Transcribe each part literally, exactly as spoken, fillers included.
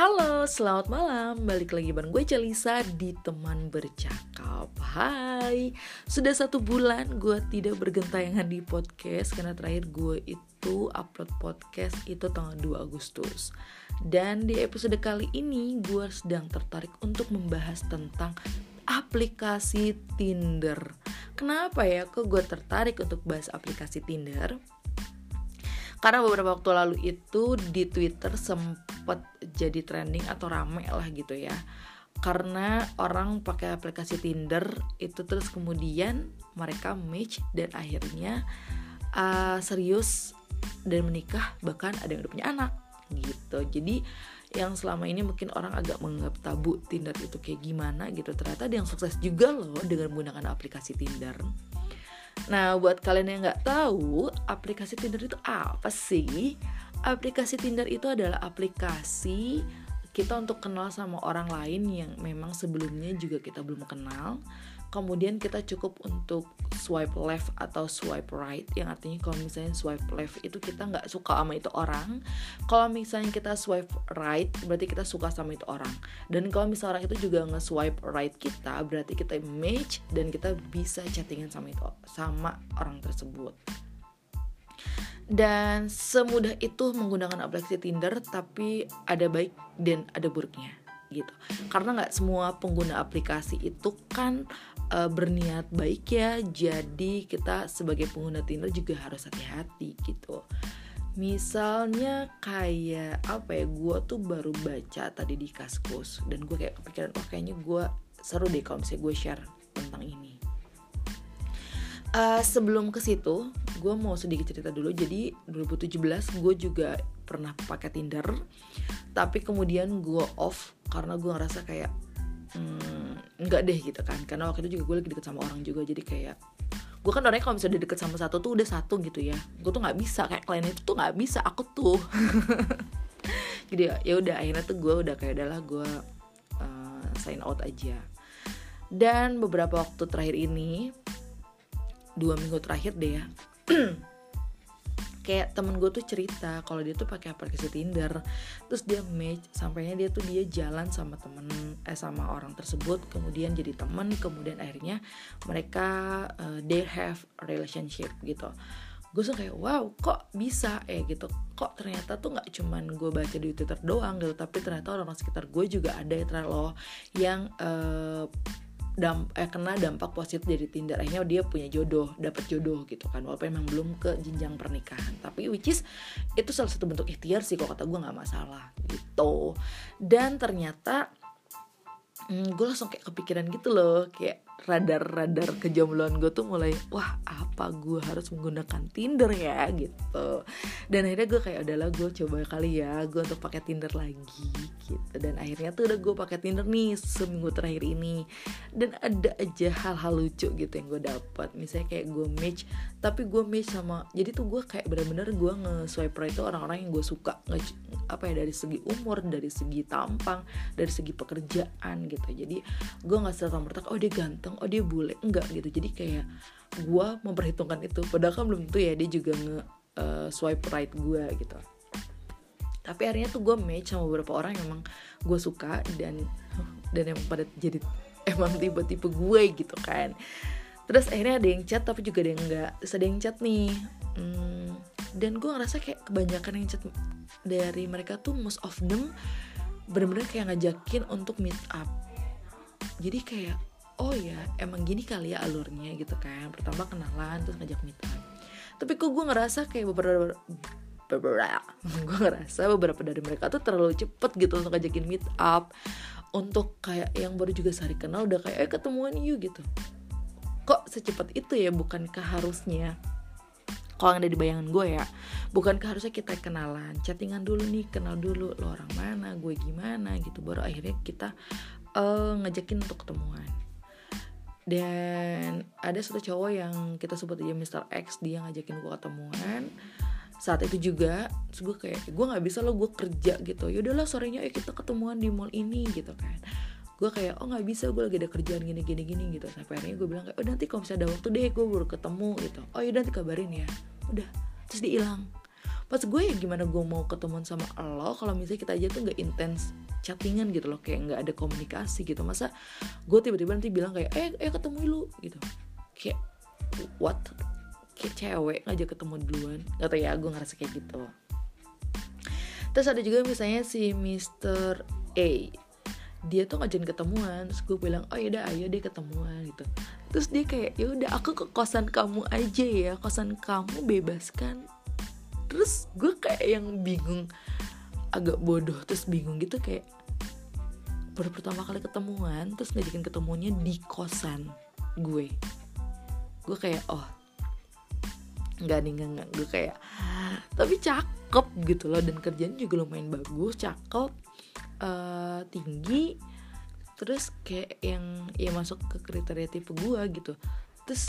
Halo, selamat malam. Balik lagi bareng gue Celisa di Teman Bercakap. Hai, sudah satu bulan gue tidak bergentayangan di podcast karena terakhir gue itu upload podcast itu tanggal dua Agustus. Dan di episode kali ini gue sedang tertarik untuk membahas tentang aplikasi Tinder. Kenapa ya kok gue tertarik untuk bahas aplikasi Tinder? Karena beberapa waktu lalu itu di Twitter sempat jadi trending atau rame lah gitu ya. Karena orang pakai aplikasi Tinder itu terus kemudian mereka match dan akhirnya uh, serius dan menikah, bahkan ada yang udah punya anak gitu. Jadi yang selama ini mungkin orang agak menganggap tabu Tinder itu kayak gimana gitu, ternyata ada yang sukses juga loh dengan menggunakan aplikasi Tinder. Nah, buat kalian yang nggak tahu, aplikasi Tinder itu apa sih? Aplikasi Tinder itu adalah aplikasi kita untuk kenal sama orang lain yang memang sebelumnya juga kita belum kenal. Kemudian kita cukup untuk swipe left atau swipe right, yang artinya kalau misalnya swipe left itu kita nggak suka sama itu orang. Kalau misalnya kita swipe right, berarti kita suka sama itu orang. Dan kalau misalnya orang itu juga nge-swipe right kita, berarti kita match dan kita bisa chattingan sama itu sama orang tersebut. Dan semudah itu menggunakan aplikasi Tinder, tapi ada baik dan ada buruknya gitu. Karena nggak semua pengguna aplikasi itu kan uh, berniat baik ya. Jadi kita sebagai pengguna Tinder juga harus hati-hati gitu. Misalnya kayak apa ya, gue tuh baru baca tadi di Kaskus dan gue kayak kepikiran, oh kayaknya gue seru deh kalau misalnya gue share tentang ini. Uh, sebelum ke situ, gue mau sedikit cerita dulu. Jadi dua ribu tujuh belas gue juga pernah pakai Tinder, tapi kemudian gue off karena gue ngerasa kayak hmm, enggak deh gitu kan. Karena waktu itu juga gue lagi deket sama orang juga, jadi kayak gue kan orangnya kalau misalnya udah deket sama satu tuh udah satu gitu ya. Gue tuh nggak bisa kayak klien itu tuh nggak bisa, aku tuh. Jadi ya udah akhirnya tuh gue udah kayak adalah gue uh, sign out aja. Dan beberapa waktu terakhir ini, dua minggu terakhir deh ya, kayak temen gue tuh cerita kalau dia tuh pakai aplikasi Tinder, terus dia match, sampainya dia tuh dia jalan sama temen eh sama orang tersebut, kemudian jadi temen, kemudian akhirnya mereka uh, they have a relationship gitu. Gue tuh kayak wow, kok bisa eh gitu, kok ternyata tuh nggak cuman gue baca di Twitter doang gitu, tapi ternyata orang-orang sekitar gue juga ada ya ternyata loh yang uh, Damp, eh, kena dampak positif dari Tinder. Akhirnya dia punya jodoh, dapat jodoh gitu kan, walaupun memang belum ke jenjang pernikahan, tapi which is itu salah satu bentuk ikhtiar sih, kalau kata gue nggak masalah gitu. Dan ternyata hmm, gue langsung kayak kepikiran gitu loh, kayak radar-radar kejombloan gue tuh mulai, wah apa gue harus menggunakan Tinder ya gitu. Dan akhirnya gue kayak udahlah, gue coba kali ya gue untuk pakai Tinder lagi gitu. Dan akhirnya tuh udah gue pakai Tinder nih seminggu terakhir ini, dan ada aja hal-hal lucu gitu yang gue dapat. Misalnya kayak gue match, tapi gue match sama, jadi tuh gue kayak benar-benar gue nge-swipe right itu orang-orang yang gue suka, nge- apa ya, dari segi umur, dari segi tampang, dari segi pekerjaan gitu. Jadi gue nggak serta-merta oh dia ganteng, oh dia bule, enggak gitu. Jadi kayak gue memperhitungkan itu, padahal kan belum tentu ya dia juga nge uh, swipe right gue gitu. Tapi akhirnya tuh gue match sama beberapa orang yang emang gue suka, dan dan emang pada jadi emang tipe-tipe gue gitu kan. Terus akhirnya ada yang chat tapi juga ada yang enggak. Terus ada yang chat nih, hmm, dan gue ngerasa kayak kebanyakan yang chat dari mereka tuh most of them bener-bener kayak ngajakin untuk meet up. Jadi kayak oh ya emang gini kali ya alurnya gitu kan. Pertama kenalan terus ngajak meet up. Tapi kok gue ngerasa kayak beberapa beberapa gue ngerasa beberapa dari mereka tuh terlalu cepet gitu untuk ngajakin meet up. Untuk kayak yang baru juga sehari kenal udah kayak eh ketemuan yuk gitu. Kok secepat itu ya? Bukankah harusnya, kalau yang ada di bayangan gue ya, bukankah harusnya kita kenalan, chattingan dulu nih, kenal dulu lo orang mana, gue gimana gitu, baru akhirnya kita uh, ngajakin untuk ketemuan. Dan ada satu cowok yang kita sebut aja mister X, dia ngajakin gue ketemuan. Saat itu juga terus gue kayak gue nggak bisa lo, gue kerja gitu, yaudahlah sorenya eh kita ketemuan di mall ini gitu kan. Gue kayak oh nggak bisa, gue lagi ada kerjaan gini gini gini gitu. Sampai akhirnya gue bilang kayak oh nanti kalau misalnya ada waktu deh gue baru ketemu gitu. Oh yaudah nanti kabarin ya. Udah, terus dia hilang. Pas gue ya gimana gue mau ketemuan sama lo kalau misalnya kita aja tuh nggak intens chattingan gitu loh, kayak nggak ada komunikasi gitu. Masa gue tiba-tiba nanti bilang kayak eh eh ketemu lu gitu, kayak what, kayak cewek ngajak ketemu duluan, nggak tahu ya, gue ngerasa kayak gitu. Terus ada juga misalnya si mister A, dia tuh ngajakin ketemuan, terus gue bilang oh yaudah ayo deh ketemuan gitu. Terus dia kayak ya udah aku ke kosan kamu aja ya, kosan kamu bebaskan. Terus gue kayak yang bingung, agak bodoh terus bingung gitu, kayak baru pertama kali ketemuan terus ngajakin ketemuannya di kosan gue. Gue kayak oh nggak nih nggak nggak gue kayak tapi cakep gitu loh, dan kerjaan juga lumayan bagus, cakep, uh, tinggi, terus kayak yang ya masuk ke kriteria tipe gue gitu. Terus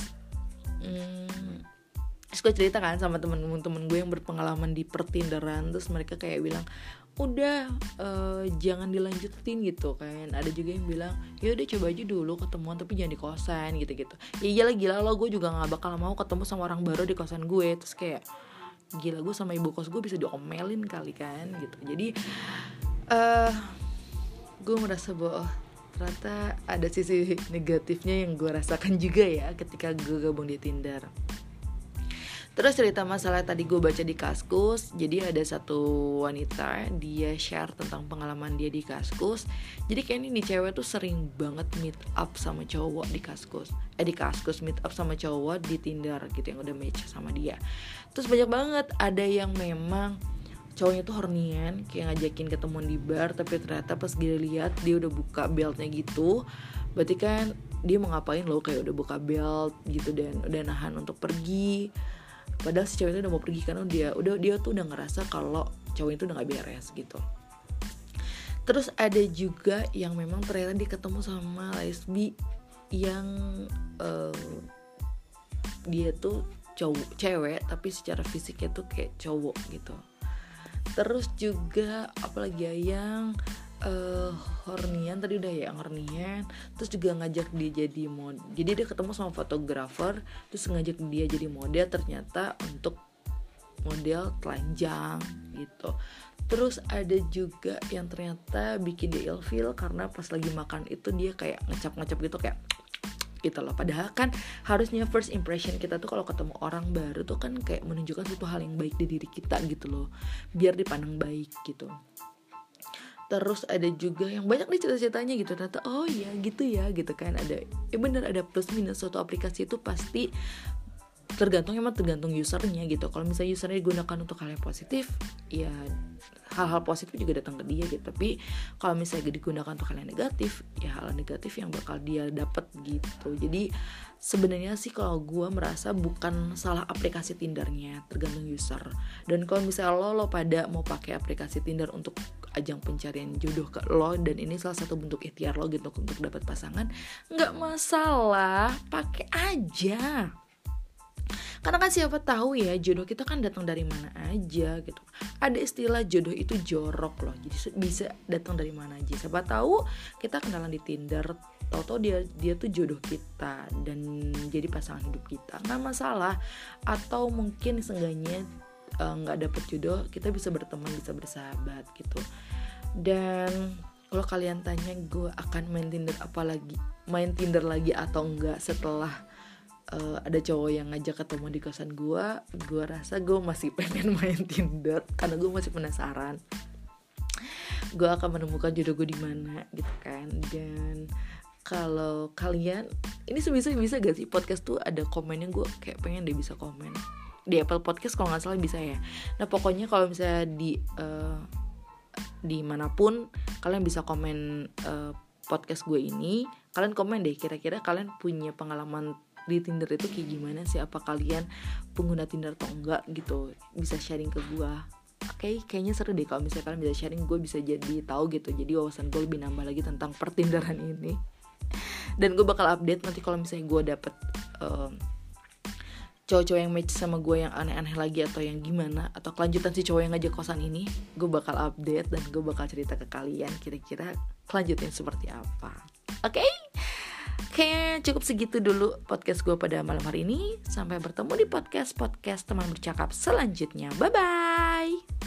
hmm, terus gue cerita kan sama temen-temen gue yang berpengalaman di pertinderan, terus mereka kayak bilang udah uh, jangan dilanjutin gitu kan. Ada juga yang bilang ya udah coba aja dulu ketemuan tapi jangan di kosan gitu-gitu. Ya iyalah gila lo, gue juga nggak bakal mau ketemu sama orang baru di kosan gue. Terus kayak gila, gue sama ibu kos gue bisa diomelin kali kan gitu. Jadi uh, gue merasa bahwa ternyata ada sisi negatifnya yang gue rasakan juga ya ketika gue gabung di Tinder. Terus cerita masalah tadi gue baca di Kaskus. Jadi ada satu wanita, dia share tentang pengalaman dia di Kaskus. Jadi kayak ini nih cewek tuh sering banget meet up sama cowok di Kaskus. Eh di Kaskus meet up sama cowok di Tinder gitu yang udah match sama dia. Terus banyak banget ada yang memang cowoknya tuh hornian, kayak ngajakin ketemuan di bar, tapi ternyata pas dia lihat dia udah buka beltnya gitu. Berarti kan dia mau ngapain loh, kayak udah buka belt gitu dan udah nahan untuk pergi. Padahal si cewek itu udah mau pergi karena dia udah dia tuh udah ngerasa kalau cowok itu udah gak beres gitu. Terus ada juga yang memang ternyata dia ketemu sama lesbi yang uh, dia tuh cowok cewek tapi secara fisiknya tuh kayak cowok gitu. Terus juga apalagi ya yang uh, hornian tadi udah ya, yang hornian. Terus juga ngajak dia jadi model. Jadi dia ketemu sama fotografer, terus ngajak dia jadi model ternyata untuk model telanjang gitu. Terus ada juga yang ternyata bikin dia ilfeel karena pas lagi makan itu dia kayak ngecap-ngecap gitu kayak gitu loh. Padahal kan harusnya first impression kita tuh kalau ketemu orang baru tuh kan kayak menunjukkan suatu hal yang baik di diri kita gitu loh, biar dipandang baik gitu. Terus ada juga yang banyak nih cerita-ceritanya gitu, ternyata oh ya gitu ya gitu kan. Ada ya bener, ada plus minus. Suatu aplikasi itu pasti tergantung, emang tergantung usernya gitu. Kalau misalnya usernya digunakan untuk hal yang positif, ya hal-hal positif juga datang ke dia gitu. Tapi kalau misalnya digunakan untuk hal yang negatif, ya hal negatif yang bakal dia dapat gitu. Jadi sebenarnya sih kalau gue merasa bukan salah aplikasi Tindernya, tergantung user. Dan kalau misalnya lo lo pada mau pakai aplikasi Tinder untuk ajang pencarian jodoh ke lo, dan ini salah satu bentuk ikhtiar lo gitu untuk dapat pasangan, nggak masalah, pakai aja. Karena kan siapa tahu ya jodoh kita kan datang dari mana aja gitu. Ada istilah jodoh itu jorok loh. Jadi bisa datang dari mana aja. Siapa tahu kita kenalan di Tinder, tahu-tahu dia dia tuh jodoh kita dan jadi pasangan hidup kita. Nggak masalah. Atau mungkin seenggaknya nggak uh, dapet jodoh, kita bisa berteman, bisa bersahabat gitu. Dan kalau kalian tanya gue akan main Tinder apa lagi, main Tinder lagi atau enggak setelah Uh, ada cowok yang ngajak ketemu di kosan gue, gue rasa gue masih pengen main Tinder karena gue masih penasaran gue akan menemukan jodoh gue di mana gitu kan. Dan kalau kalian ini sebisa bisa gak sih podcast tuh ada komennya, gue kayak pengen deh bisa komen di Apple Podcast kalau nggak salah bisa ya. Nah pokoknya kalau misalnya di uh, di manapun kalian bisa komen uh, podcast gue ini, kalian komen deh kira-kira kalian punya pengalaman di Tinder itu kayak gimana sih, apa kalian pengguna Tinder atau enggak gitu, bisa sharing ke gue. Oke, okay, kayaknya seru deh kalau misalnya kalian bisa sharing, gue bisa jadi tahu gitu, jadi wawasan gue lebih nambah lagi tentang pertinderan ini. Dan gue bakal update nanti kalau misalnya gue dapet um, cowok-cowok yang match sama gue yang aneh-aneh lagi atau yang gimana, atau kelanjutan si cowok yang ngajak kosan ini, gue bakal update dan gue bakal cerita ke kalian kira-kira kelanjutannya seperti apa. Oke okay? Kayaknya cukup segitu dulu podcast gue pada malam hari ini. Sampai bertemu di podcast-podcast teman bercakap selanjutnya. Bye-bye.